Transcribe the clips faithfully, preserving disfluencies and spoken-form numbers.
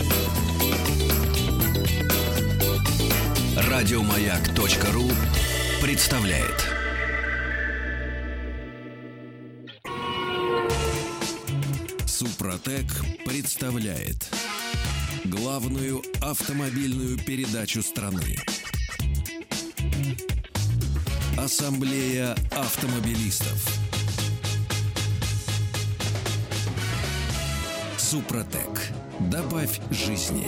Радиомаяк.ру представляет. Супротек представляет главную автомобильную передачу страны. Ассамблея автомобилистов. Супротек. Добавь жизни.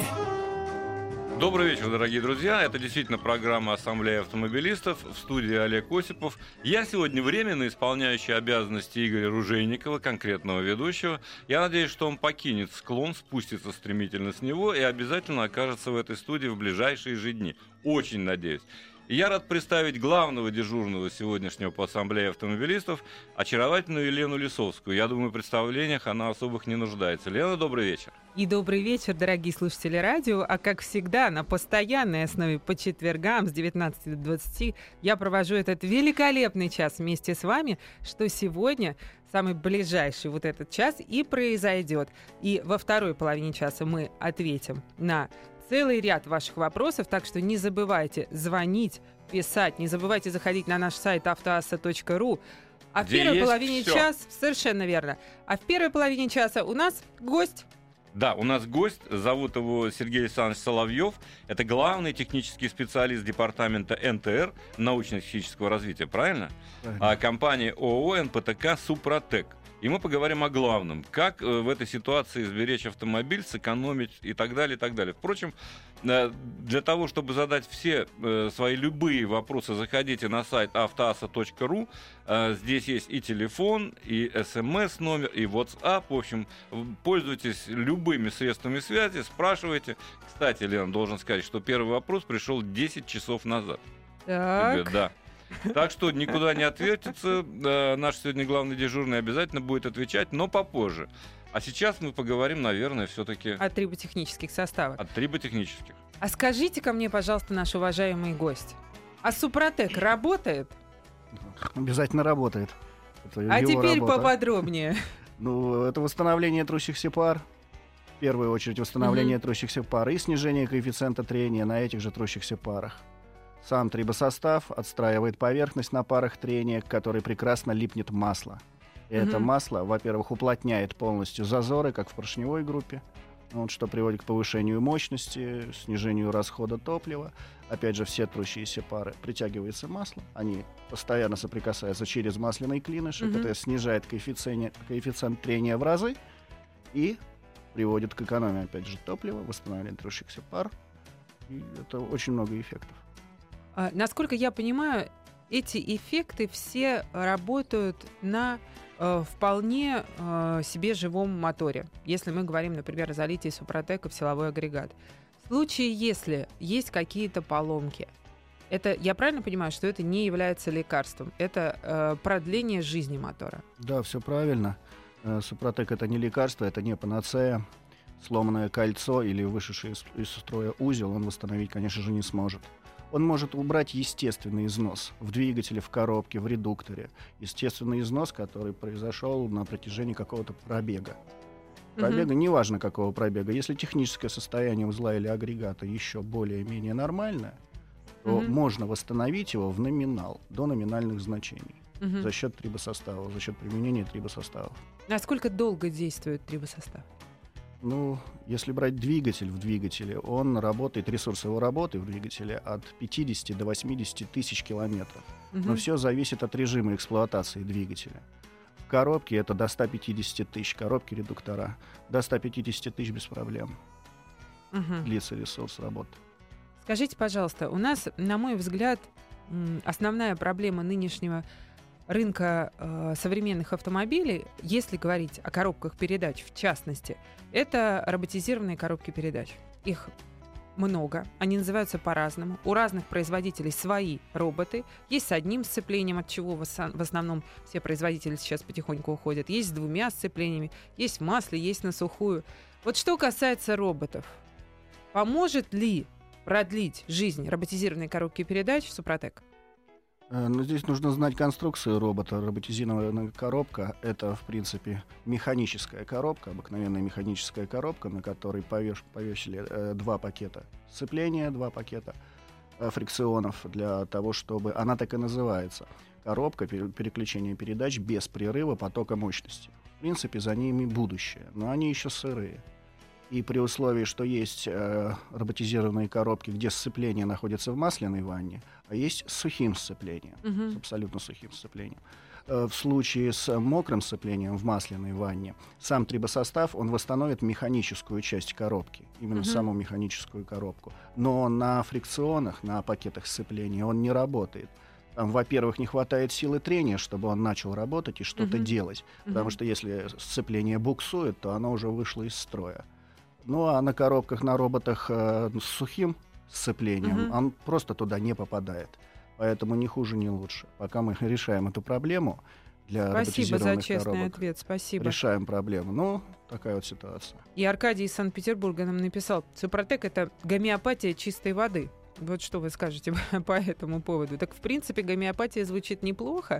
Добрый вечер, дорогие друзья. Это действительно программа «Ассамблея автомобилистов». В студии Олег Осипов. Я сегодня временно исполняющий обязанности Игоря Ружейникова, конкретного ведущего. Я надеюсь, что он покинет склон, спустится стремительно с него и обязательно окажется в этой студии в ближайшие же дни. Очень надеюсь. И я рад представить главного дежурного сегодняшнего по Ассамблее автомобилистов, очаровательную Елену Лисовскую. Я думаю, в представлениях она особых не нуждается. Лена, добрый вечер. И добрый вечер, дорогие слушатели радио. А как всегда, на постоянной основе по четвергам с девятнадцати до двадцати я провожу этот великолепный час вместе с вами, что сегодня самый ближайший вот этот час и произойдет. И во второй половине часа мы ответим на целый ряд ваших вопросов, так что не забывайте звонить, писать, не забывайте заходить на наш сайт автоасса точка ру. А в Где первой есть половине всё. часа, совершенно верно, а в первой половине часа у нас гость. Да, у нас гость, зовут его Сергей Александрович Соловьев. Это главный технический специалист департамента эн тэ эр, научно-технического развития, правильно? Правильно. А компании ООО эн пэ тэ ка «Супротек». И мы поговорим о главном, как э, в этой ситуации сберечь автомобиль, сэкономить и так далее, и так далее. Впрочем, э, для того, чтобы задать все э, свои любые вопросы, заходите на сайт автоасса точка ру. Э, здесь есть и телефон, и эс эм эс номер, и WhatsApp. В общем, пользуйтесь любыми средствами связи, спрашивайте. Кстати, Лена, должен сказать, что первый вопрос пришел десять часов назад. Так. Тебе, да. Так что никуда не отвертится. Э, наш сегодня главный дежурный обязательно будет отвечать, но попозже. А сейчас мы поговорим, наверное, все-таки От триботехнических составов. от триботехнических. А скажите-ка мне, пожалуйста, наш уважаемый гость, а Супротек работает? Обязательно работает. Это А его теперь работа. поподробнее. Ну, это восстановление трущихся пар. В первую очередь восстановление Мгм. трущихся пар и снижение коэффициента трения на этих же трущихся парах. Сам трибосостав отстраивает поверхность на парах трения, к которой прекрасно липнет масло. И это Мгм. масло, во-первых, уплотняет полностью зазоры, как в поршневой группе, вот, что приводит к повышению мощности, снижению расхода топлива. Опять же, все трущиеся пары притягивается масло, они постоянно соприкасаются через масляный клинышек, Мгм. это снижает коэффициент, коэффициент трения в разы и приводит к экономии, опять же, топлива, восстановлению трущихся пар. И это очень много эффектов. А, насколько я понимаю, эти эффекты все работают на э, вполне э, себе живом моторе. Если мы говорим, например, о залитии Супротека в силовой агрегат. В случае, если есть какие-то поломки, это, я правильно понимаю, что это не является лекарством? Это э, продление жизни мотора. Да, все правильно. Э, Супротек — это не лекарство, это не панацея. Сломанное кольцо или вышедший из, из строя узел он восстановить, конечно же, не сможет. Он может убрать естественный износ в двигателе, в коробке, в редукторе. Естественный износ, который произошел на протяжении какого-то пробега. Пробега, Мгм. неважно какого пробега. Если техническое состояние узла или агрегата еще более-менее нормальное, то Мгм. можно восстановить его в номинал, до номинальных значений. Мгм. За счет трибосоставов, за счет применения трибосоставов. Насколько долго действует трибосостав? Ну, если брать двигатель в двигателе, он работает, ресурс его работы в двигателе от пятидесяти до восьмидесяти тысяч километров. Но Мгм. все зависит от режима эксплуатации двигателя. В коробке это до ста пятидесяти тысяч, коробки редуктора. До ста пятидесяти тысяч без проблем. Мгм. Длится ресурс работы. Скажите, пожалуйста, у нас, на мой взгляд, м, основная проблема нынешнего рынка э, современных автомобилей, если говорить о коробках передач в частности, это роботизированные коробки передач. Их много, они называются по-разному. У разных производителей свои роботы. Есть с одним сцеплением, от чего в оса- в основном все производители сейчас потихоньку уходят. Есть с двумя сцеплениями, есть в масле, есть на сухую. Вот что касается роботов, поможет ли продлить жизнь роботизированной коробки передач Супротек? Но здесь нужно знать конструкцию робота. Роботизированная коробка — это, в принципе, механическая коробка, обыкновенная механическая коробка, на которой повеш, повесили э, два пакета сцепления, два пакета э, фрикционов для того, чтобы... Она так и называется. Коробка переключения передач без прерыва потока мощности. В принципе, за ними будущее, но они еще сырые. И при условии, что есть э, роботизированные коробки, где сцепление находится в масляной ванне, а есть с сухим сцеплением, uh-huh. с абсолютно сухим сцеплением. Э, в случае с мокрым сцеплением в масляной ванне сам трибосостав, он восстановит механическую часть коробки, именно uh-huh. саму механическую коробку. Но на фрикционах, на пакетах сцепления он не работает. Там, во-первых, не хватает силы трения, чтобы он начал работать и что-то uh-huh. делать. Uh-huh. Потому что если сцепление буксует, то оно уже вышло из строя. Ну а на коробках, на роботах э, с сухим сцеплением uh-huh. он просто туда не попадает. Поэтому ни хуже, ни лучше. Пока мы решаем эту проблему для Спасибо за честный коробок, ответ. Спасибо. Решаем проблему. Ну, такая вот ситуация. И Аркадий из Санкт-Петербурга нам написал: Супротек — это гомеопатия чистой воды. Вот что вы скажете по этому поводу? Так, в принципе, гомеопатия звучит неплохо.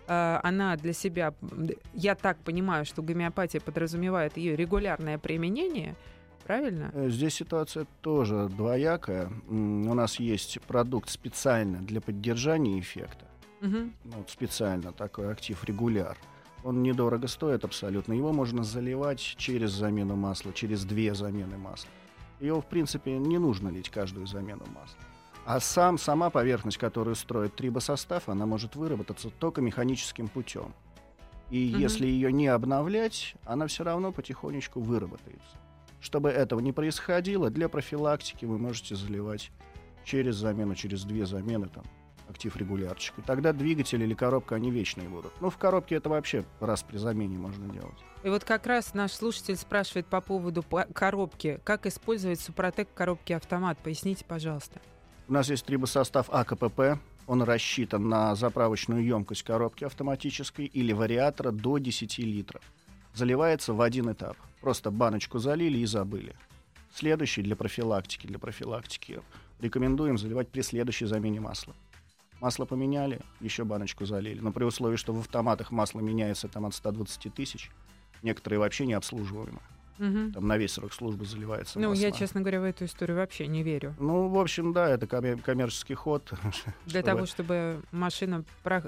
Она для себя... Я так понимаю, что гомеопатия подразумевает ее регулярное применение. Правильно? Здесь ситуация тоже двоякая. У нас есть продукт специально для поддержания эффекта. Uh-huh. Вот специально такой актив регуляр. Он недорого стоит абсолютно. Его можно заливать через замену масла, через две замены масла. Его, в принципе, не нужно лить каждую замену масла. А сам, сама поверхность, которую строит трибосостав, она может выработаться только механическим путем. И uh-huh. если ее не обновлять, она все равно потихонечку выработается. Чтобы этого не происходило, для профилактики вы можете заливать через замену, через две замены там, актив регулярчик. И тогда двигатель или коробка, они вечные будут. Ну, в коробке это вообще раз при замене можно делать. И вот как раз наш слушатель спрашивает по поводу коробки. Как использовать Супротек в коробке автомат? Поясните, пожалуйста. У нас есть трибосостав а ка пэ пэ. Он рассчитан на заправочную емкость коробки автоматической или вариатора до десяти литров. Заливается в один этап. Просто баночку залили и забыли. Следующий для профилактики, для профилактики рекомендуем заливать при следующей замене масла. Масло поменяли, еще баночку залили. Но при условии, что в автоматах масло меняется там, от ста двадцати тысяч, некоторые вообще необслуживаемы. Угу. Там на весь срок службы заливается Ну, масло. я, честно говоря, в эту историю вообще не верю. Ну, в общем, да, это коммер- коммерческий ход. Для того, чтобы машина... Про...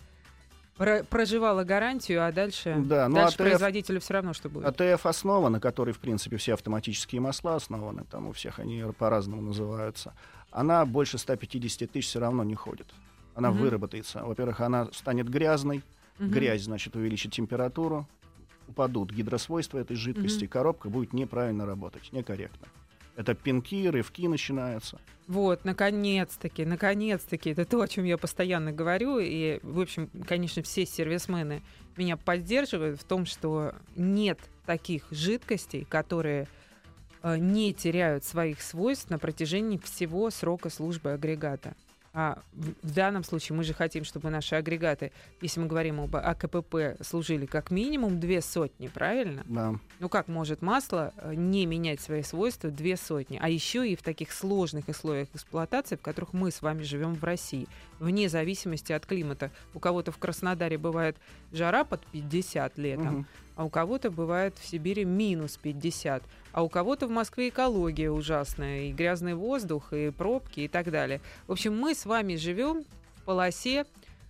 проживала гарантию, а дальше, да, ну, дальше АТФ, производителю все равно, что будет. а тэ эф основа, на которой, в принципе, все автоматические масла основаны, там у всех они по-разному называются, она больше ста пятидесяти тысяч все равно не ходит. Она угу. выработается. Во-первых, она станет грязной. Угу. Грязь, значит, увеличит температуру. Упадут гидросвойства этой жидкости. Угу. Коробка будет неправильно работать, некорректно. Это пинки, рывки начинаются. Вот, наконец-таки, наконец-таки. Это то, о чем я постоянно говорю. И, в общем, конечно, все сервисмены меня поддерживают в том, что нет таких жидкостей, которые э, не теряют своих свойств на протяжении всего срока службы агрегата. А в, в данном случае мы же хотим, чтобы наши агрегаты, если мы говорим об а ка пэ пэ, служили как минимум две сотни, правильно? Да. Ну как может масло не менять свои свойства две сотни? А еще и в таких сложных условиях эксплуатации, в которых мы с вами живем в России, вне зависимости от климата. У кого-то в Краснодаре бывает жара под пятьдесят летом, угу. а у кого-то бывает в Сибири минус пятьдесят, а у кого-то в Москве экология ужасная, и грязный воздух, и пробки, и так далее. В общем, мы с вами живем в полосе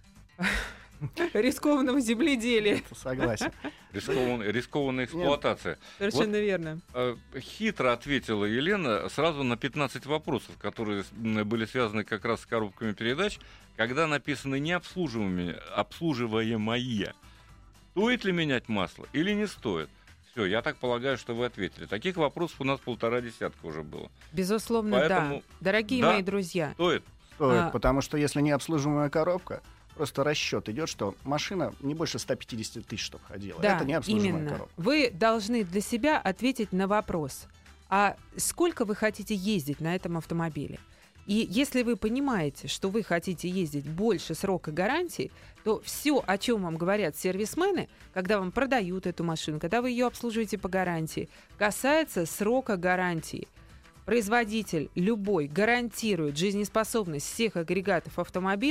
рискованного земледелия. Согласен. Рискованная, рискованная эксплуатация. Совершенно вот, верно. Э, хитро ответила Елена сразу на пятнадцать вопросов, которые были связаны как раз с коробками передач, когда написано необслуживаемые, обслуживаемое. Стоит ли менять масло или не стоит? Все, я так полагаю, что вы ответили. Таких вопросов у нас полтора десятка уже было. Безусловно, Поэтому, да. Дорогие да, мои друзья. Стоит. Стоит, а... потому что если необслуживаемая коробка, просто расчет идет, что машина не больше ста пятидесяти тысяч, чтобы ходила. Да, это необслуживаемая именно. коробка. Вы должны для себя ответить на вопрос, а сколько вы хотите ездить на этом автомобиле? И если вы понимаете, что вы хотите ездить больше срока гарантии, то все, о чем вам говорят сервисмены, когда вам продают эту машину, когда вы ее обслуживаете по гарантии, касается срока гарантии. Производитель любой гарантирует жизнеспособность всех агрегатов автомобиля в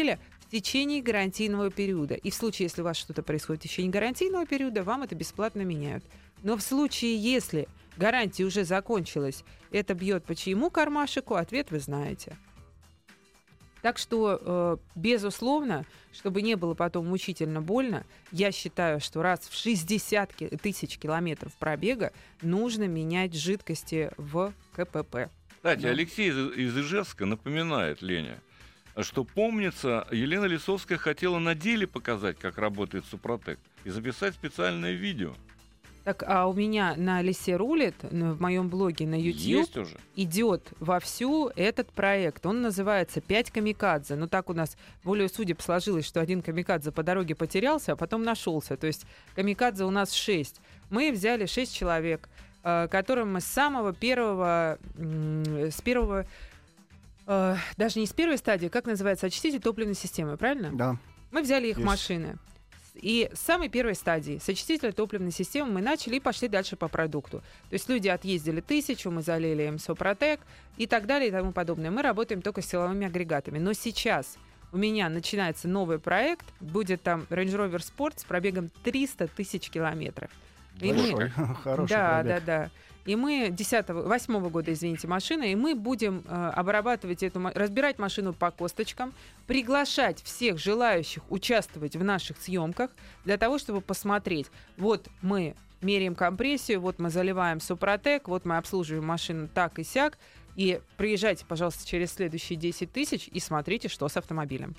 в течение гарантийного периода. И в случае, если у вас что-то происходит в течение гарантийного периода, вам это бесплатно меняют. Но в случае, если гарантия уже закончилась, это бьет по чьему кармашику, ответ вы знаете. Так что, э, безусловно, чтобы не было потом мучительно больно, я считаю, что раз в шестьдесят тысяч километров пробега нужно менять жидкости в КПП. Кстати, Да. Алексей из, из Ижевска напоминает, Леня, что, помнится, Елена Лисовская хотела на деле показать, как работает Супротек, и записать специальное видео. Так, а у меня на «Лисе рулит», ну, в моем блоге на YouTube, Есть уже? идет вовсю этот проект. Он называется «Пять камикадзе». Ну, так у нас более судеб сложилось, что один камикадзе по дороге потерялся, а потом нашелся. То есть камикадзе у нас шесть. Мы взяли шесть человек, э, которым мы с самого первого, м- с первого, э, даже не с первой стадии, как называется, очиститель топливной системы, правильно? Да. Мы взяли их Есть. машины. И с самой первой стадии, с очистителя топливной системы, мы начали и пошли дальше по продукту. То есть люди отъездили тысячу, мы залили им Супротек и так далее и тому подобное. Мы работаем только с силовыми агрегатами. Но сейчас у меня начинается новый проект. Будет там Range Rover Sport с пробегом триста тысяч километров. И мы- Большой, хороший да, пробег. да, да. И мы десятого, восьмого года, извините, машина, и мы будем э, обрабатывать эту, ма- разбирать машину по косточкам, приглашать всех желающих участвовать в наших съемках для того, чтобы посмотреть. Вот мы меряем компрессию, вот мы заливаем Супротек, вот мы обслуживаем машину так и сяк. И приезжайте, пожалуйста, через следующие десять тысяч и смотрите, что с автомобилем.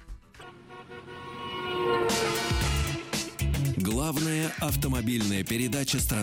Главная автомобильная передача страны.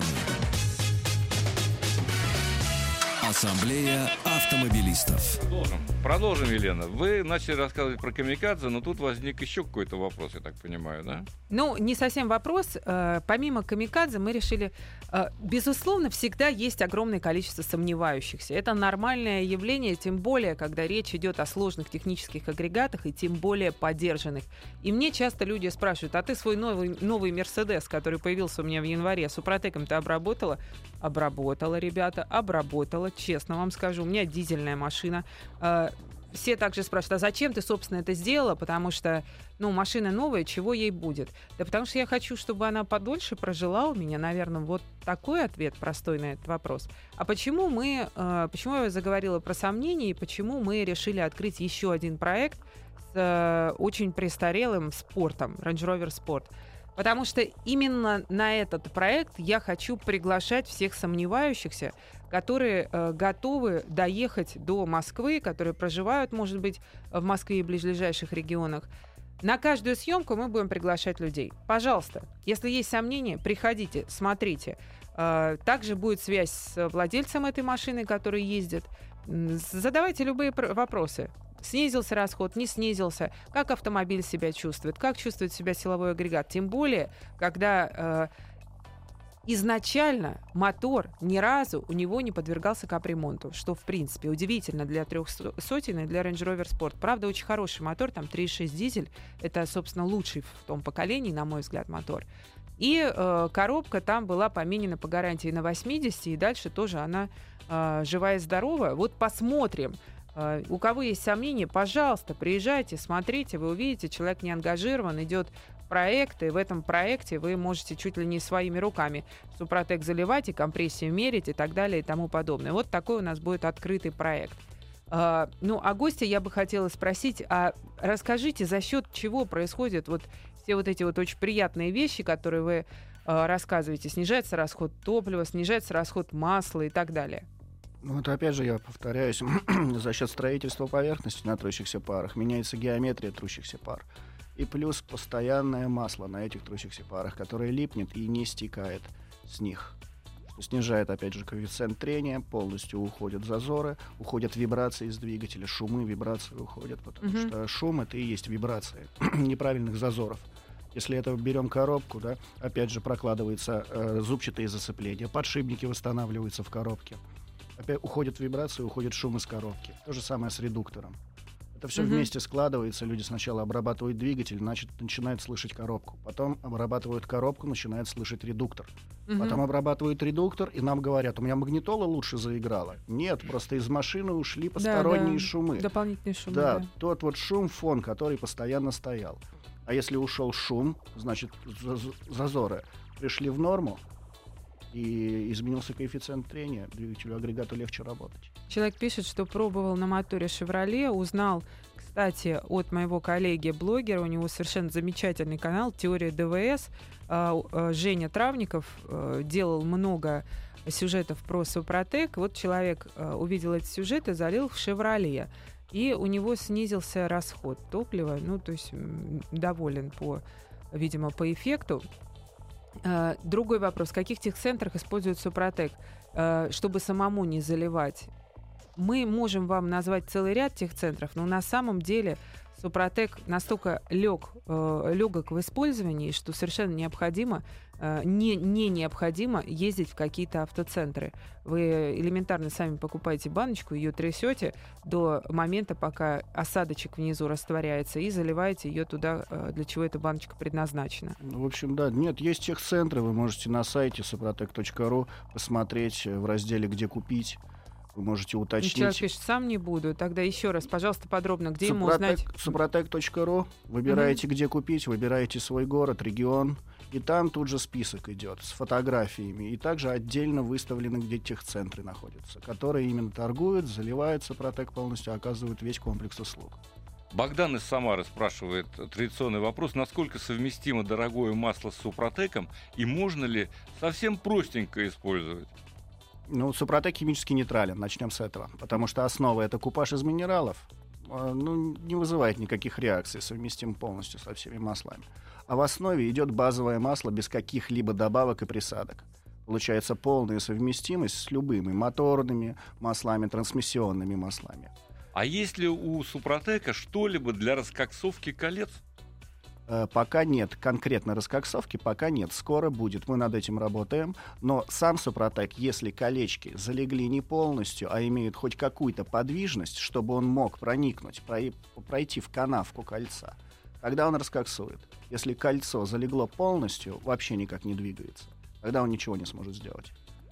Ассамблея автомобилистов. Продолжим. Продолжим, Елена. Вы начали рассказывать про камикадзе, но тут возник еще какой-то вопрос, я так понимаю, да? Ну, не совсем вопрос. Э, Помимо камикадзе мы решили... э, Безусловно, всегда есть огромное количество сомневающихся. Это нормальное явление, тем более, когда речь идет о сложных технических агрегатах и тем более подержанных. И мне часто люди спрашивают, а ты свой новый, новый Мерседес, который появился у меня в январе, Супротеком-то обработала? Обработала, ребята, обработала, честно вам скажу. У меня дизельная машина. Э, Все также спрашивают, а зачем ты, собственно, это сделала? Потому что, ну, машина новая, чего ей будет? Да потому что я хочу, чтобы она подольше прожила у меня, наверное, вот такой ответ простой на этот вопрос. А почему мы, э, почему я заговорила про сомнения и почему мы решили открыть еще один проект с э, очень престарелым спортом, Range Rover Sport? Потому что именно на этот проект я хочу приглашать всех сомневающихся, которые э, готовы доехать до Москвы, которые проживают, может быть, в Москве и ближайших регионах. На каждую съемку мы будем приглашать людей. Пожалуйста, если есть сомнения, приходите, смотрите. Э, также будет связь с владельцем этой машины, который ездит. М, Задавайте любые пр- вопросы. Снизился расход, не снизился, как автомобиль себя чувствует, как чувствует себя силовой агрегат. Тем более, когда э, изначально мотор ни разу у него не подвергался капремонту, что, в принципе, удивительно для трехсотен и для Range Rover Sport. Правда, очень хороший мотор, там три и шесть дизель, это, собственно, лучший в том поколении, на мой взгляд, мотор. И э, коробка там была поменена по гарантии на восемьдесят, и дальше тоже она э, живая и здоровая. Вот посмотрим. У кого есть сомнения, пожалуйста, приезжайте, смотрите, вы увидите, человек не ангажирован, идет в проект, и в этом проекте вы можете чуть ли не своими руками Супротек заливать и компрессию мерить и так далее и тому подобное. Вот такой у нас будет открытый проект. А, ну, а гостя я бы хотела спросить, а расскажите, за счет чего происходят вот все вот эти вот очень приятные вещи, которые вы а, рассказываете? Снижается расход топлива, снижается расход масла и так далее. Ну, это опять же, я повторяюсь, за счет строительства поверхности на трущихся парах меняется геометрия трущихся пар. И плюс постоянное масло на этих трущихся парах, которое липнет и не стекает с них. Что снижает, опять же, коэффициент трения, полностью уходят зазоры, уходят вибрации из двигателя, шумы, вибрации уходят, потому Мгм. что шум — это и есть вибрации неправильных зазоров. Если это берем коробку, да, опять же, прокладываются э, зубчатые зацепления, подшипники восстанавливаются в коробке. Опять уходят вибрации, уходит шум из коробки. То же самое с редуктором. Это все Мгм. вместе складывается. Люди сначала обрабатывают двигатель, значит, начинают слышать коробку. Потом обрабатывают коробку, начинают слышать редуктор. Мгм. Потом обрабатывают редуктор, и нам говорят, у меня магнитола лучше заиграла. Нет, просто из машины ушли Да, посторонние да. шумы. Дополнительные шумы, Да, да. тот вот шум, фон, который постоянно стоял. А если ушел шум, значит, заз- зазоры пришли в норму, и изменился коэффициент трения, двигателю агрегату легче работать. Человек пишет, что пробовал на моторе «Шевроле», узнал, кстати, от моего коллеги-блогера, у него совершенно замечательный канал «Теория ДВС». А, а, Женя Травников а, делал много сюжетов про Супротек. Вот человек а, увидел эти сюжеты, залил в «Шевроле». И у него снизился расход топлива, ну, то есть м, доволен, по, видимо, по эффекту. А, Другой вопрос. В каких техцентрах используют Супротек, а, чтобы самому не заливать? Мы можем вам назвать целый ряд техцентров, но на самом деле Супротек настолько лег, э, легок в использовании, что совершенно необходимо, э, не, не необходимо ездить в какие-то автоцентры. Вы элементарно сами покупаете баночку, ее трясете до момента, пока осадочек внизу растворяется, и заливаете ее туда, э, для чего эта баночка предназначена. Ну, в общем, да, нет, есть техцентры, вы можете на сайте супротек точка ру посмотреть в разделе «Где купить». Вы можете Человек уточнить. пишет, сам не буду. Тогда еще раз, пожалуйста, подробно, где ему узнать? супротек точка ру. Выбираете, где купить, выбираете свой город, регион. И там тут же список идет с фотографиями. И также отдельно выставлены, где техцентры находятся, которые именно торгуют, заливают Супротек полностью, оказывают весь комплекс услуг. Богдан из Самары спрашивает традиционный вопрос. Насколько совместимо дорогое масло с Супротеком и можно ли совсем простенько использовать? Ну, Супротек химически нейтрален, начнем с этого. Потому что основа — это купаж из минералов. а, Ну, не вызывает никаких реакций, совместим полностью со всеми маслами. А в основе идет базовое масло без каких-либо добавок и присадок. Получается полная совместимость с любыми моторными маслами, трансмиссионными маслами. А есть ли у Супротека что-либо для раскоксовки колец? Э, Пока нет конкретно раскоксовки, пока нет. Скоро будет, мы над этим работаем. Но сам Супротек, если колечки залегли не полностью, а имеют хоть какую-то подвижность, чтобы он мог проникнуть, прой- пройти в канавку кольца, тогда он раскоксует. Если кольцо залегло полностью, вообще никак не двигается, тогда он ничего не сможет сделать.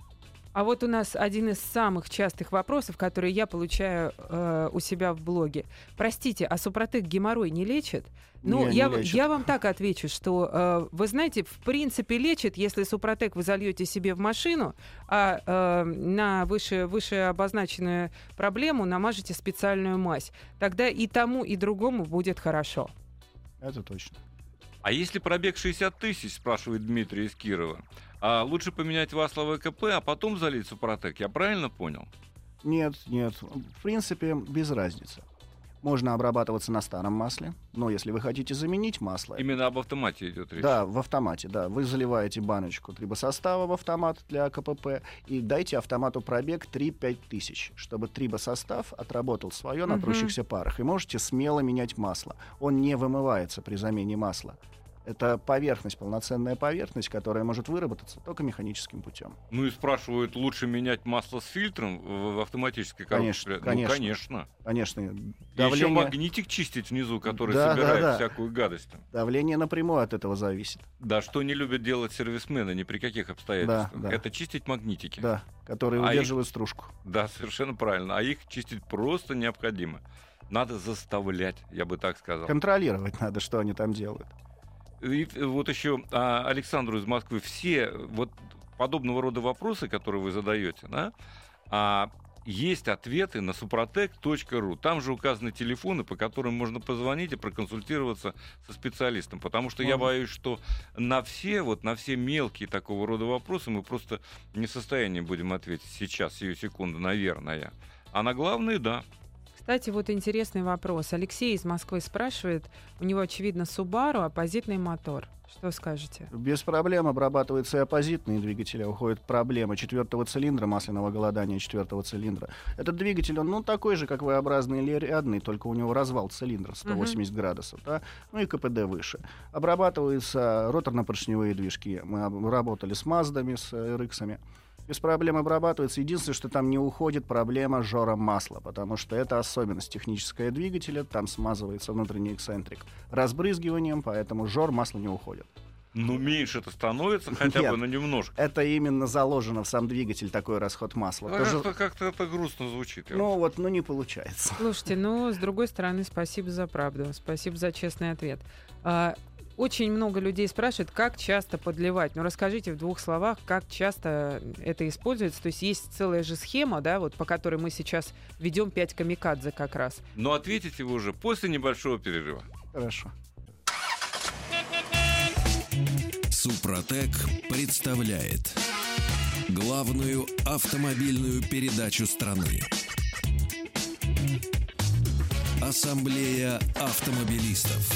А вот у нас один из самых частых вопросов, которые я получаю э, у себя в блоге. Простите, а Супротек геморрой не лечит? Ну, Не, не я, лечит. я вам так отвечу, что, э, вы знаете, в принципе лечит, если Супротек вы зальете себе в машину, а э, на выше, выше обозначенную проблему намажете специальную мазь. Тогда и тому, и другому будет хорошо. Это точно. А если пробег шестьдесят тысяч, спрашивает Дмитрий из Кирова, а лучше поменять масло в ВКП, а потом залить Супротек, я правильно понял? Нет, нет. В принципе, без разницы. Можно обрабатываться на старом масле, но если вы хотите заменить масло... Именно об автомате идет речь. Да, в автомате, да. Вы заливаете баночку трибосостава в автомат для КПП и дайте автомату пробег три-пять тысяч, чтобы трибосостав отработал свое на Мгм. трущихся парах. И можете смело менять масло. Он не вымывается при замене масла. Это поверхность, полноценная поверхность, которая может выработаться только механическим путем. Ну и спрашивают, лучше менять масло с фильтром в, в автоматической коробке? Конечно, Ну, конечно. конечно. Конечно, И еще давление, магнитик чистить внизу, который Да, собирает да, да. всякую гадость. давление напрямую от этого зависит. Да, что не любят делать сервисмены ни при каких обстоятельствах. Да, да. Это чистить магнитики. Да, которые А удерживают стружку. Да, совершенно правильно. А их чистить просто необходимо. Надо заставлять, я бы так сказал. Контролировать надо, что они там делают. И вот еще а, Александру из Москвы. Все вот подобного рода вопросы, которые вы задаете, да, а, есть ответы на супротек точка ру. Там же указаны телефоны, по которым можно позвонить и проконсультироваться со специалистом. Потому что я Мгм. боюсь, что на все, вот, на все мелкие такого рода вопросы мы просто не в состоянии будем ответить сейчас, сию секунду, наверное. А на главные, да. Кстати, вот интересный вопрос. Алексей из Москвы спрашивает, у него, очевидно, Subaru, оппозитный мотор. Что скажете? Без проблем обрабатываются и оппозитные двигатели. Уходят проблемы четвертого цилиндра, масляного голодания четвертого цилиндра. Этот двигатель, он ну, такой же, как V-образный или рядный, только у него развал цилиндра сто восемьдесят градусов. Да? Ну и КПД выше. Обрабатываются роторно-поршневые движки. Мы об- работали с Маздами, с эр иксами. Без проблем обрабатывается. Единственное, что там не уходит проблема жора масла, потому что это особенность технического двигателя. Там смазывается внутренний эксцентрик разбрызгиванием, поэтому жор масла не уходит. Ну, меньше это становится хотя Нет, бы, но немножко. Это именно заложено в сам двигатель, такой расход масла. А Тоже- Как-то, как-то это грустно звучит. я Ну вот, ну не получается. Слушайте, ну, с другой стороны, спасибо за правду, спасибо за честный ответ. А, очень много людей спрашивают, как часто подливать. Ну, расскажите в двух словах, как часто это используется. То есть есть целая же схема, да, вот по которой мы сейчас ведем пять камикадзе как раз. Но ответите вы уже после небольшого перерыва. Хорошо. Супротек представляет главную автомобильную передачу страны. Ассамблея автомобилистов.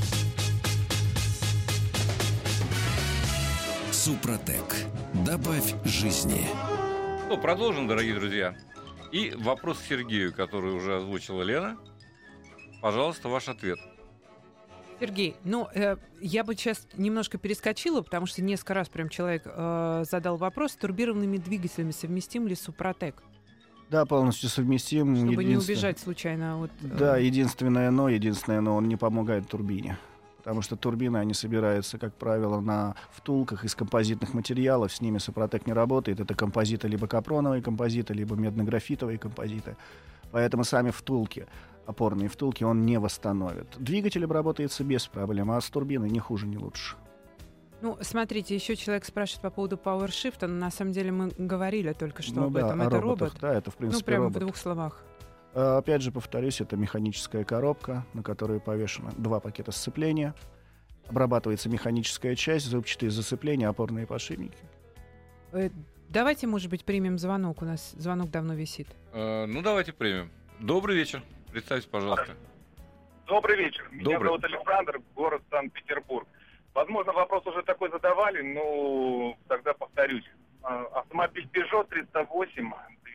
Супротек. Добавь жизни. Ну, продолжим, дорогие друзья. И вопрос к Сергею, который уже озвучила Лена. Пожалуйста, ваш ответ. Сергей, ну, э, я бы сейчас немножко перескочила, потому что несколько раз прям человек э, задал вопрос, с турбированными двигателями совместим ли Супротек? Да, полностью совместим. Чтобы не Единственное- убежать случайно от... э, Да, единственное но, единственное но, он не помогает турбине. Потому что турбины, они собираются, как правило, на втулках из композитных материалов. С ними Супротек не работает. Это композиты либо капроновые композиты, либо медно-графитовые композиты. Поэтому сами втулки, опорные втулки, он не восстановит. Двигатель обработается без проблем, а с турбиной ни хуже, ни лучше. Ну, смотрите, еще человек спрашивает по поводу PowerShift, но на самом деле мы говорили только что Ну об да, этом. о Это роботах, робот? да, это, в Ну, принципе, прямо робот. в двух словах. А, Опять же, повторюсь, это механическая коробка, на которой повешено два пакета сцепления. Обрабатывается механическая часть, зубчатые зацепления, опорные подшипники. Э, Давайте, может быть, примем звонок. У нас звонок давно висит. Э, ну, давайте примем. Добрый вечер. Представьте, пожалуйста. Добрый вечер. Меня Добрый. зовут Александр, город Санкт-Петербург. Возможно, вопрос уже такой задавали, но тогда повторюсь. А, Автомобиль Peugeot триста восемь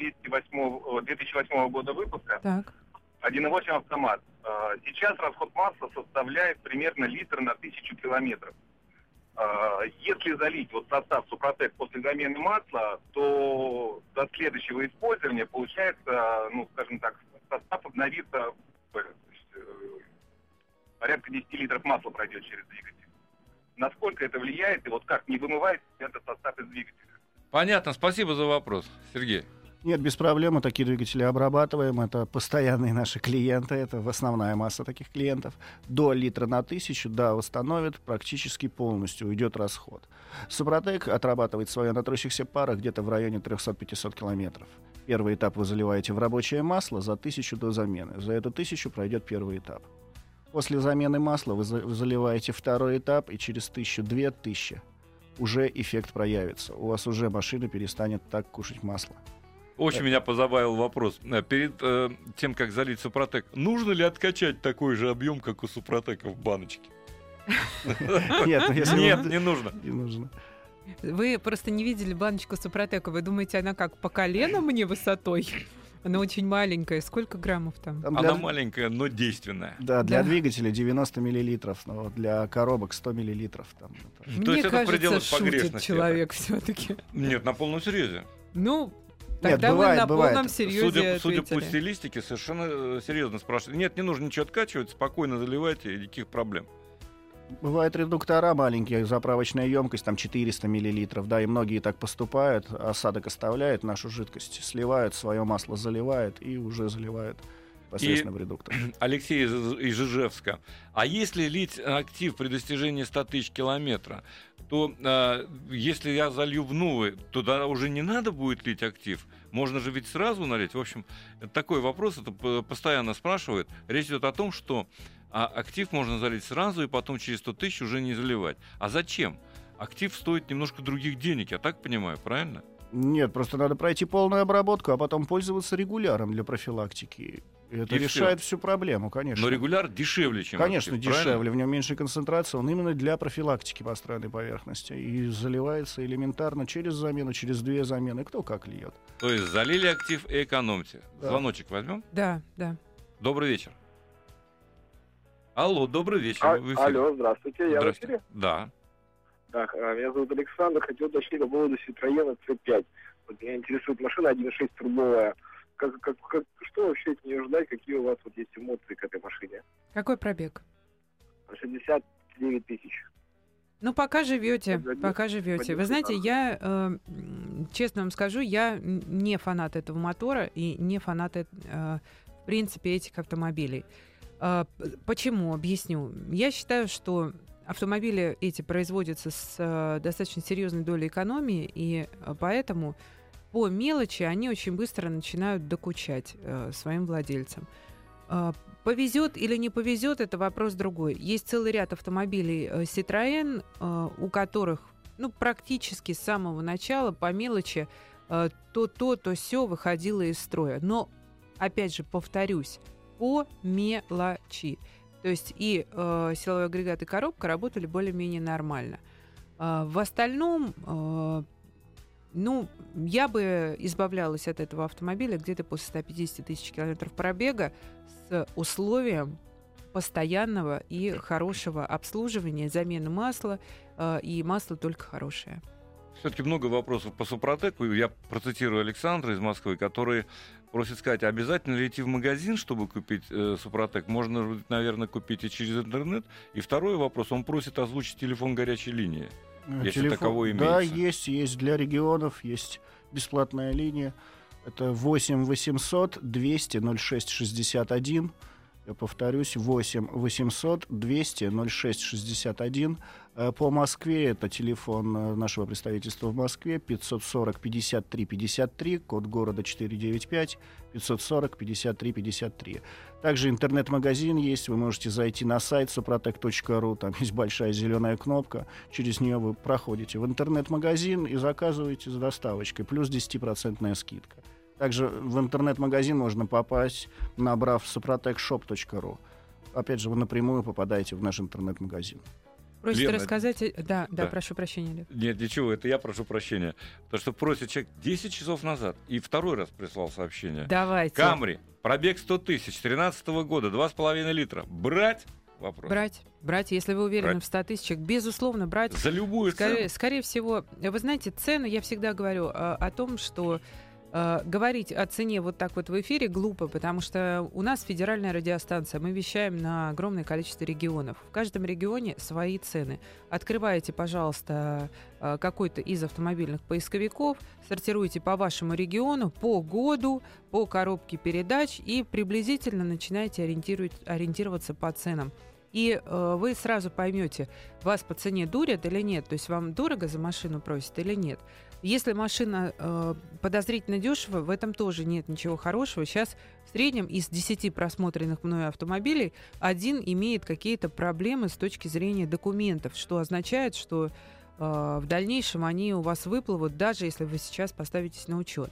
две тысячи восьмого года выпуска, Так. один и восемь автомат. А, Сейчас расход масла составляет примерно литр на тысячу километров. А, Если залить вот состав Супротек после замены масла, то до следующего использования получается, ну, скажем так, состав обновится, то есть, э, порядка десять литров масла пройдет через двигатель. Насколько это влияет и вот как не вымывает этот состав из двигателя? Понятно, спасибо за вопрос, Сергей. Нет, без проблем, мы такие двигатели обрабатываем. Это постоянные наши клиенты, это основная масса таких клиентов. До литра на тысячу, да, восстановит практически полностью, уйдет расход. Супротек отрабатывает свое на трущихся парах где-то в районе триста-пятьсот километров. Первый этап вы заливаете в рабочее масло за тысячу до замены. За эту тысячу пройдет первый этап. После замены масла вы, за- вы заливаете второй этап, и через тысячу-две тысячи уже эффект проявится. У вас уже машина перестанет так кушать масло. Очень меня позабавил вопрос. Э, Перед э, тем, как залить Супротек, нужно ли откачать такой же объем, как у Супротека в баночке? Нет, ну, если Нет, вы- не нужно. не нужно. Вы просто не видели баночку Супротека. Вы думаете, она как по колено мне высотой? Она очень маленькая. Сколько граммов там? Там для- Она маленькая, но действенная. Да, для Да. двигателя девяносто миллилитров, но вот для коробок сто миллилитров. Там, это- То Мне есть это в кажется, пределах шутит погрешности, человек все-таки. Нет, на полном серьезе. Ну, Нет, тогда бывает, вы на бывает. полном серьезе Судя, судя по ответили. стилистике, совершенно э, серьезно спрашивают. Нет, не нужно ничего откачивать, спокойно заливайте, никаких проблем. Бывают редуктора маленькие, заправочная емкость там четыреста миллилитров, да, и многие так поступают, осадок оставляют нашу жидкость, сливают свое масло, заливают и уже заливают непосредственно в редуктор. Алексей из, из Ижевска. А если лить актив при достижении ста тысяч километров, то э, если я залью в новый, то тогда уже не надо будет лить актив? Можно же ведь сразу налить? В общем, такой вопрос, это п- постоянно спрашивают. Речь идет о том, что а, актив можно залить сразу и потом через сто тысяч уже не заливать. А зачем? Актив стоит немножко других денег, я так понимаю, правильно? Нет, просто надо пройти полную обработку, а потом пользоваться регуляром для профилактики. И это И решает всю проблему, конечно. Но регуляр дешевле, чем Конечно, актив, правильно? дешевле, в нем меньше концентрации, он именно для профилактики построенной поверхности. И заливается элементарно через замену, через две замены, кто как льет. То есть залили актив и экономьте. Да. Звоночек возьмем. Да, да. Добрый вечер. Алло, добрый вечер. А- вы в эфире. алло, здравствуйте, я в Здравствуйте. эфире? Да. Так, а, меня зовут Александр, хотел уточнить по поводу Citroёn си пять. Вот меня интересует машина один и шесть турбовая. Как, как, как, что вообще от нее ждать? Какие у вас вот есть эмоции к этой машине? Какой пробег? шестьдесят девять тысяч. Ну, пока живете, Погоди, пока живете. погоди, Вы знаете, да. я, э, честно вам скажу, я не фанат этого мотора и не фанат, э, в принципе, этих автомобилей. Э, почему? Объясню. Я считаю, что автомобили эти производятся с э, достаточно серьезной долей экономии, и э, поэтому по мелочи они очень быстро начинают докучать э, своим владельцам. Э, повезет или не повезет, это вопрос другой. Есть целый ряд автомобилей э, Citroën, э, у которых ну, практически с самого начала по мелочи э, то то, то сё выходило из строя. Но, опять же, повторюсь, по мелочи. То есть и э, силовой агрегат, и коробка работали более-менее нормально. Э, в остальном, э, ну, я бы избавлялась от этого автомобиля где-то после ста пятидесяти тысяч километров пробега с условием постоянного и хорошего обслуживания, замены масла, э, и масло только хорошее. Все-таки много вопросов по Супротеку. Я процитирую Александра из Москвы, который просит сказать, обязательно ли идти в магазин, чтобы купить э, Супротек? Можно, наверное, купить и через интернет. И второй вопрос, он просит озвучить телефон горячей линии, если Телефон- таковой Да, имеется. есть, есть для регионов, есть бесплатная линия. Это восемь восемьсот двести ноль шесть шестьдесят один. Я повторюсь, восемь восемьсот двести ноль шесть шестьдесят один. Э, По Москве это телефон э, нашего представительства в Москве пятьсот сорок пятьдесят три пятьдесят три, код города четыреста девяносто пять, пятьсот сорок пятьдесят три пятьдесят три. Также интернет-магазин есть, вы можете зайти на сайт супротек точка ру, там есть большая зеленая кнопка, через нее вы проходите в интернет-магазин и заказываете с доставочкой, плюс десятипроцентная скидка. Также в интернет-магазин можно попасть, набрав супротек шоп точка ру. Опять же, вы напрямую попадаете в наш интернет-магазин. Просите Лена, рассказать... э, Да, да, да. прошу прощения, Лев. Нет, ничего, это я прошу прощения. Потому что просит человек десять часов назад и второй раз прислал сообщение. Давайте. Камри, пробег сто тысяч, тринадцатого года, два с половиной литра. Брать? Вопрос. Брать, брать, если вы уверены Брать. в ста тысячах, безусловно, брать. За любую Скорее, цену. скорее всего, вы знаете, цены, я всегда говорю э, о том, что э, говорить о цене вот так вот в эфире глупо, потому что у нас федеральная радиостанция, мы вещаем на огромное количество регионов. В каждом регионе свои цены. Открываете, пожалуйста, э, какой-то из автомобильных поисковиков, сортируете по вашему региону, по году, по коробке передач и приблизительно начинаете ориентировать, ориентироваться по ценам. И э, вы сразу поймете, вас по цене дурят или нет, то есть вам дорого за машину просят или нет. Если машина э, подозрительно дешево, в этом тоже нет ничего хорошего. Сейчас в среднем из десяти просмотренных мною автомобилей один имеет какие-то проблемы с точки зрения документов, что означает, что э, в дальнейшем они у вас выплывут, даже если вы сейчас поставитесь на учет.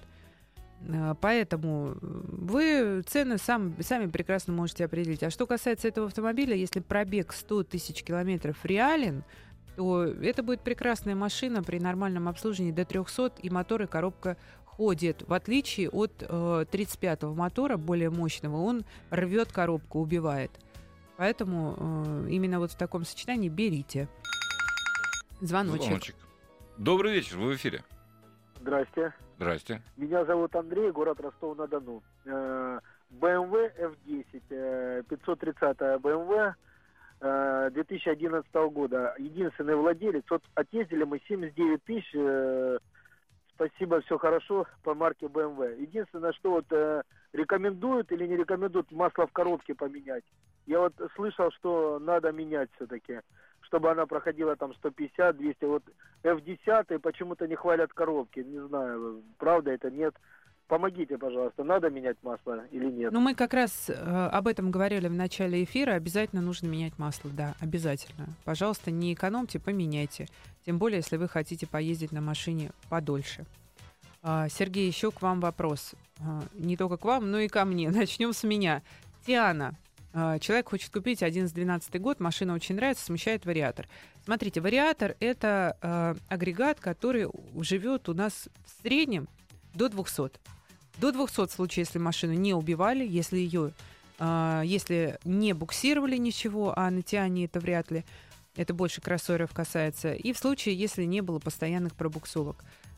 Поэтому вы цены сам, сами прекрасно можете определить. А что касается этого автомобиля, если пробег сто тысяч километров реален, то это будет прекрасная машина при нормальном обслуживании до трехсот, и мотор и коробка ходят. В отличие от э, тридцать пятого мотора, более мощного, он рвет коробку, убивает. Поэтому э, именно вот в таком сочетании берите. Звоночек. Звоночек. Добрый вечер, вы в эфире. Здрасте. Здрасте. Меня зовут Андрей, город Ростов-на-Дону. бэ эм вэ эф десять, пятьсот тридцатая бэ эм вэ э, две тысячи одиннадцатого года. Единственный владелец. Вот отъездили мы семьдесят девять тысяч. Э, спасибо, все хорошо по марке бэ эм вэ. Единственное, что вот э, рекомендуют или не рекомендуют масло в коробке поменять. Я вот слышал, что надо менять все-таки, чтобы она проходила там сто пятьдесят двести. Вот эф десять почему-то не хвалят коробки. Не знаю, правда это, нет. Помогите, пожалуйста, надо менять масло или нет? Ну, мы как раз э, об этом говорили в начале эфира. Обязательно нужно менять масло, да, обязательно. Пожалуйста, не экономьте, поменяйте. Тем более, если вы хотите поездить на машине подольше. А, Сергей, еще к вам вопрос. А, не только к вам, но и ко мне. Начнем с меня. Тиана. А, человек хочет купить одиннадцатый-двенадцатый год, машина очень нравится, смущает вариатор. Смотрите, вариатор — это э, агрегат, который живет у нас в среднем до двухсот. До двухсот в случае, если машину не убивали, если ее, э, если не буксировали ничего, а на Тиане это вряд ли, это больше кроссоверов касается, и в случае, если не было постоянных пробуксовок.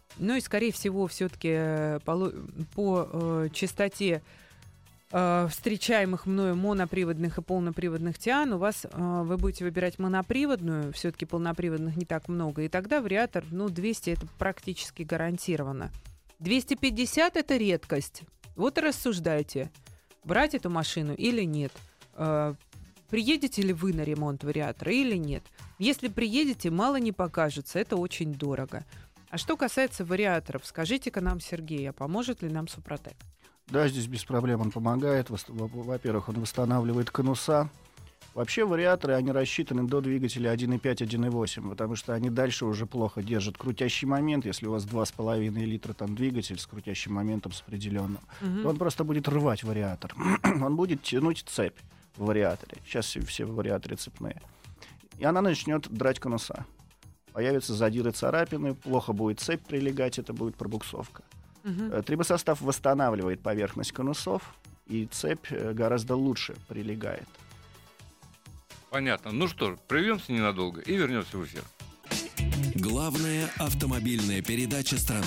Ну и, скорее всего, все-таки по, по э, частоте э, встречаемых мною моноприводных и полноприводных Тиан у вас э, вы будете выбирать моноприводную, все-таки полноприводных не так много, и тогда вариатор, ну, двести это практически гарантированно. двести пятьдесят это редкость. Вот и рассуждайте, брать эту машину или нет. Э, приедете ли вы на ремонт вариатора или нет. Если приедете, мало не покажется, это очень дорого. А что касается вариаторов, скажите-ка нам, Сергей, а поможет ли нам Супротек? Да, здесь без проблем он помогает. Во-первых, он восстанавливает конуса. Вообще вариаторы, они рассчитаны до двигателя один и пять - один и восемь, потому что они дальше уже плохо держат крутящий момент. Если у вас два с половиной литра там двигатель с крутящим моментом с определенным, угу. то он просто будет рвать вариатор. Он будет тянуть цепь в вариаторе. Сейчас все, все вариаторы цепные. И она начнет драть конуса. Появятся задиры, царапины, плохо будет цепь прилегать, это будет пробуксовка. Uh-huh. Трибосостав восстанавливает поверхность конусов, и цепь гораздо лучше прилегает. Понятно. Ну что ж, прервемся ненадолго и вернемся в эфир. Главная автомобильная передача страны.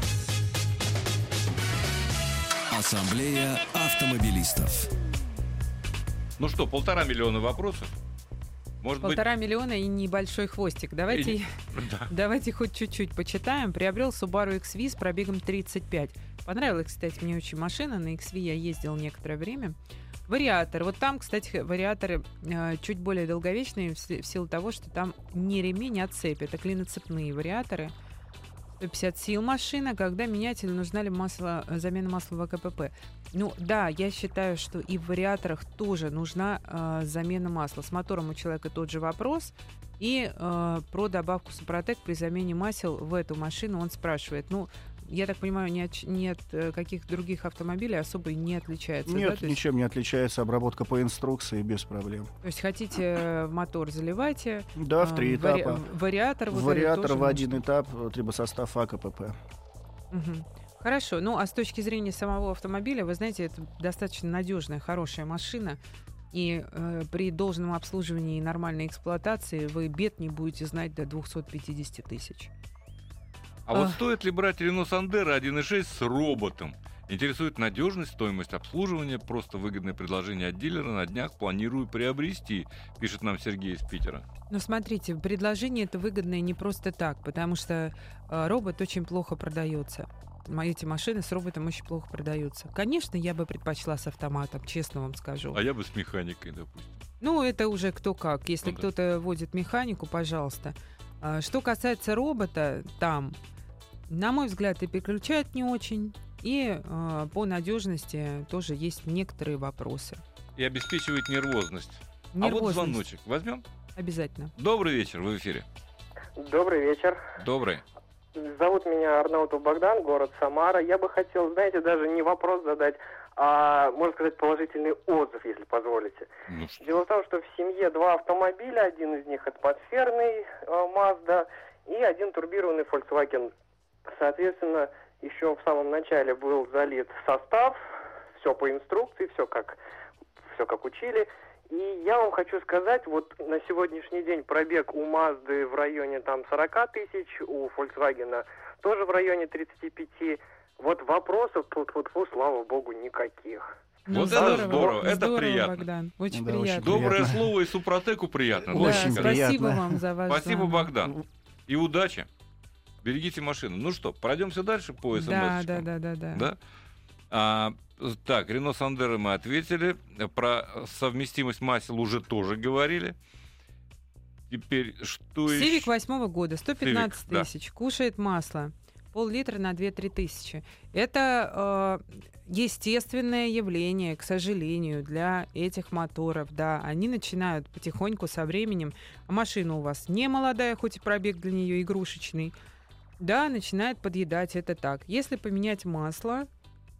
Ассамблея автомобилистов. Ну что, полтора миллиона вопросов? Может Полтора быть... миллиона и небольшой хвостик. Давайте, и... да. давайте хоть чуть-чуть почитаем. Приобрел Subaru икс ви с пробегом тридцать пять. Понравилась, кстати, мне очень машина. На икс ви я ездил некоторое время. Вариатор. Вот там, кстати, вариаторы э, чуть более долговечные в, в силу того, что там не ремень, а цепь. Это клиноцепные вариаторы. сто пятьдесят сил машина, когда менять или нужна ли масло, замена масла в а ка пэ пэ. Ну да, я считаю, что и в вариаторах тоже нужна э, замена масла. С мотором у человека тот же вопрос. И э, про добавку Супротек при замене масел в эту машину он спрашивает. Ну, я так понимаю, ни от, ни от э, каких других автомобилей особо не отличается. Нет, да? ничем есть... не отличается. Обработка по инструкции без проблем. То есть хотите в мотор заливайте. Да, в три этапа. Вари... Вариатор. Вот Вариатор в один этап, трибосостав а ка пэ пэ. Угу. Хорошо. Ну, а с точки зрения самого автомобиля, вы знаете, это достаточно надежная, хорошая машина. И э, при должном обслуживании и нормальной эксплуатации вы бед не будете знать до двести пятьдесят тысяч. А, а вот стоит ли брать Renault Sandero один и шесть с роботом? Интересует надежность, стоимость обслуживания, просто выгодное предложение от дилера. На днях планирую приобрести, пишет нам Сергей из Питера. Ну, смотрите, предложение это выгодное не просто так, потому что э, робот очень плохо продается. Эти машины с роботом очень плохо продаются. Конечно, я бы предпочла с автоматом, честно вам скажу. А я бы с механикой, допустим. Ну, это уже кто как. Если ну, кто-то да. водит механику, пожалуйста. А, что касается робота, там, на мой взгляд, и переключают не очень, и э, по надежности тоже есть некоторые вопросы. И обеспечивает нервозность. нервозность. А вот звоночек возьмем? Обязательно. Добрый вечер, вы в эфире. Добрый вечер. Добрый. Зовут меня Арнаутов Богдан, город Самара. Я бы хотел, знаете, даже не вопрос задать, а, можно сказать, положительный отзыв, если позволите. Ну, Дело в том, что в семье два автомобиля, один из них атмосферный э, Mazda и один турбированный Volkswagen. Соответственно, еще в самом начале был залит состав, все по инструкции, все как, все как учили. И я вам хочу сказать, вот на сегодняшний день пробег у Mazda в районе там сорок тысяч, у Volkswagen тоже в районе тридцать пять. Вот вопросов тут, вот, вот, слава богу, никаких. Ну, вот здорово, это здорово, это здорово, приятно. Богдан, очень да, приятно. очень Доброе приятно. слово и Супротеку приятно. Да, Очень спасибо приятно. вам за ваш Спасибо, звонок. Богдан. И удачи. Берегите машину. Ну что, пройдемся дальше по смс. Да, да, да, да, да. Да? А, так, Renault Sandero мы ответили. Про совместимость масел уже тоже говорили. Теперь что еще? Civic восьмого года, сто пятнадцать Civic, тысяч, да. Кушает масло. Пол-литра на две-три тысячи. Это э, естественное явление, к сожалению, для этих моторов. Да, они начинают потихоньку со временем. А машина у вас не молодая, хоть и пробег для нее игрушечный. Да, начинает подъедать, это так. Если поменять масло,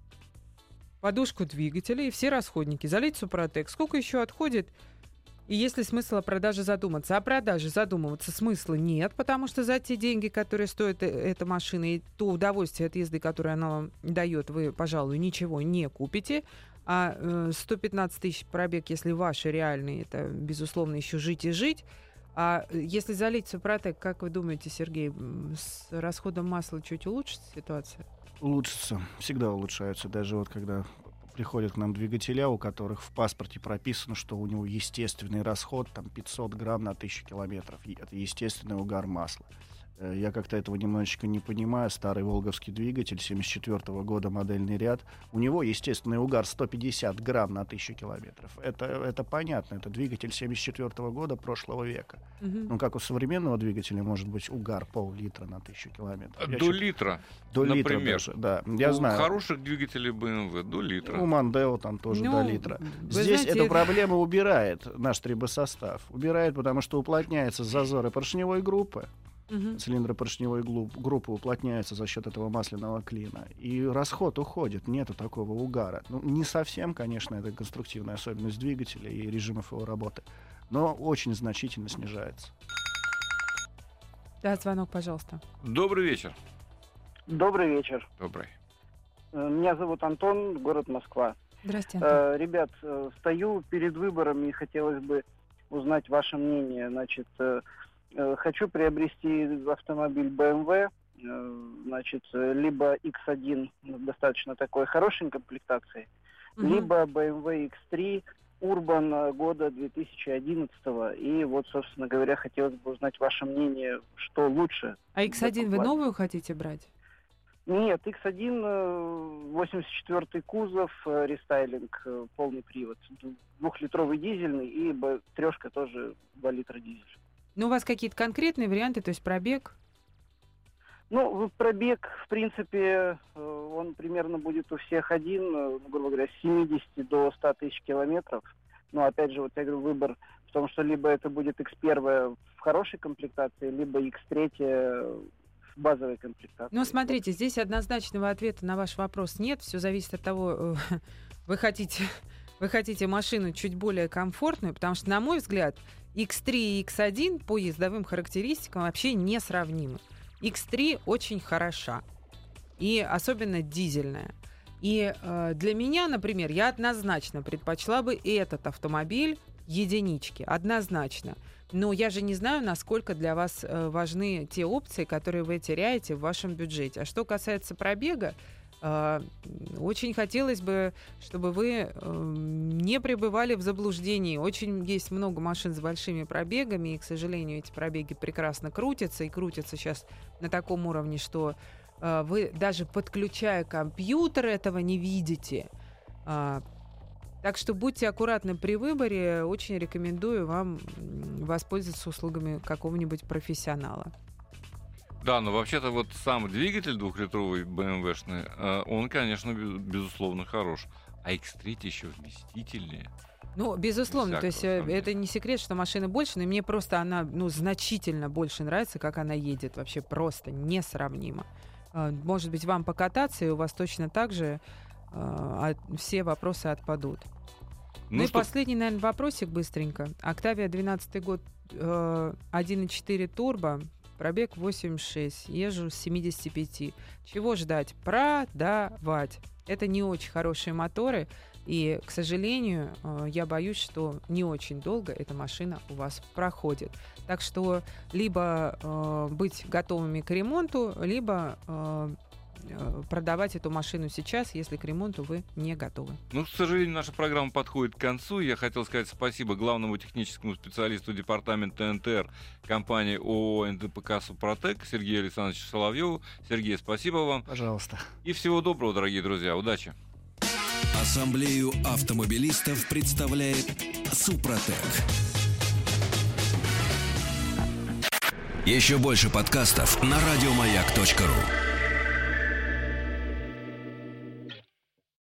подушку двигателя и все расходники, залить Супротек, сколько еще отходит? И есть ли смысл о продаже задуматься? О продаже задумываться смысла нет, потому что за те деньги, которые стоит эта машина, и то удовольствие от езды, которое она вам дает, вы, пожалуй, ничего не купите. А э, сто пятнадцать тысяч пробег, если ваши реальные, это, безусловно, еще жить и жить. А если залить Супротек, как вы думаете, Сергей, с расходом масла чуть улучшится ситуация? Улучшится. Всегда улучшаются. Даже вот когда приходят к нам двигателя, у которых в паспорте прописано, что у него естественный расход там пятьсот грамм на тысячу километров. И это естественный угар масла. Я как-то этого немножечко не понимаю. Старый волговский двигатель семьдесят четвёртого года, модельный ряд. У него естественный угар сто пятьдесят грамм на тысячу километров. Это, это понятно. Это двигатель семьдесят четвёртого года прошлого века. Угу. Ну, как у современного двигателя может быть угар пол-литра на тысячу километров. До Я литра, До например. литра даже, да. Я у знаю. хороших двигателей бэ эм вэ до литра. У Мандео там тоже ну, до литра. Здесь знаете, эту это... проблему убирает наш трибосостав. Убирает, потому что уплотняется зазоры поршневой группы. Uh-huh. Цилиндры поршневой группы уплотняются за счет этого масляного клина. И расход уходит, нету такого угара. Ну, не совсем, конечно, это конструктивная особенность двигателя и режимов его работы, но очень значительно снижается. Да, звонок, пожалуйста. Добрый вечер. Добрый вечер. Добрый. Меня зовут Антон, город Москва. Здравствуйте, Антон. Э, ребят, стою перед выбором и хотелось бы узнать ваше мнение. Значит, хочу приобрести автомобиль бэ эм вэ, значит, либо икс один, достаточно такой хорошей комплектации, угу. либо бэ эм вэ икс три Urban года две тысячи одиннадцатого. И вот, собственно говоря, хотелось бы узнать ваше мнение, что лучше. А икс один вы новую хотите брать? Нет, икс один, восемьдесят четвёртый кузов, рестайлинг, полный привод, двухлитровый дизельный и трешка тоже два литра дизель. Ну, у вас какие-то конкретные варианты, то есть пробег? Ну, пробег, в принципе, он примерно будет у всех один, грубо говоря, с семидесяти до ста тысяч километров. Но, опять же, вот я говорю, выбор в том, что либо это будет икс один в хорошей комплектации, либо икс три в базовой комплектации. Ну, смотрите, здесь однозначного ответа на ваш вопрос нет. Все зависит от того, вы хотите, вы хотите машину чуть более комфортную, потому что, на мой взгляд, икс три и икс один по ездовым характеристикам вообще несравнимы. икс три очень хороша, и особенно дизельная. И э, для меня, например, я однозначно предпочла бы этот автомобиль единички, однозначно. Но я же не знаю, насколько для вас э, важны те опции, которые вы теряете в вашем бюджете. А что касается пробега, э, очень хотелось бы, чтобы вы э, не пребывали в заблуждении. Очень есть много машин с большими пробегами, и, к сожалению, эти пробеги прекрасно крутятся, и крутятся сейчас на таком уровне, что э, вы даже подключая компьютер этого не видите. Э, Так что будьте аккуратны при выборе. Очень рекомендую вам воспользоваться услугами какого-нибудь профессионала. Да, но вообще-то вот сам двигатель двухлитровый бэ эм вэ-шный, он, конечно, безусловно хорош. А икс три еще вместительнее. Ну, безусловно, то есть сомнения. Это не секрет, что машина больше, но мне просто она ну, значительно больше нравится, как она едет. Вообще просто несравнимо. Может быть, вам покататься, и у вас точно так же а все вопросы отпадут. Ну, ну и последний, наверное, вопросик быстренько. Октавия двенадцатый год, один и четыре турбо, пробег восемьдесят шесть, езжу с семидесяти пяти. Чего ждать? Продавать. Это не очень хорошие моторы, и, к сожалению, я боюсь, что не очень долго эта машина у вас проходит. Так что либо э, быть готовыми к ремонту, либо э, продавать эту машину сейчас, если к ремонту вы не готовы. Ну, к сожалению, наша программа подходит к концу. Я хотел сказать спасибо главному техническому специалисту департамента эн тэ эр компании ООО эн тэ пэ ка «Супротек» Сергею Александровичу Соловьеву. Сергей, спасибо вам. Пожалуйста. И всего доброго, дорогие друзья. Удачи. Ассамблею автомобилистов представляет «Супротек». Еще больше подкастов на радиомаяк точка ру.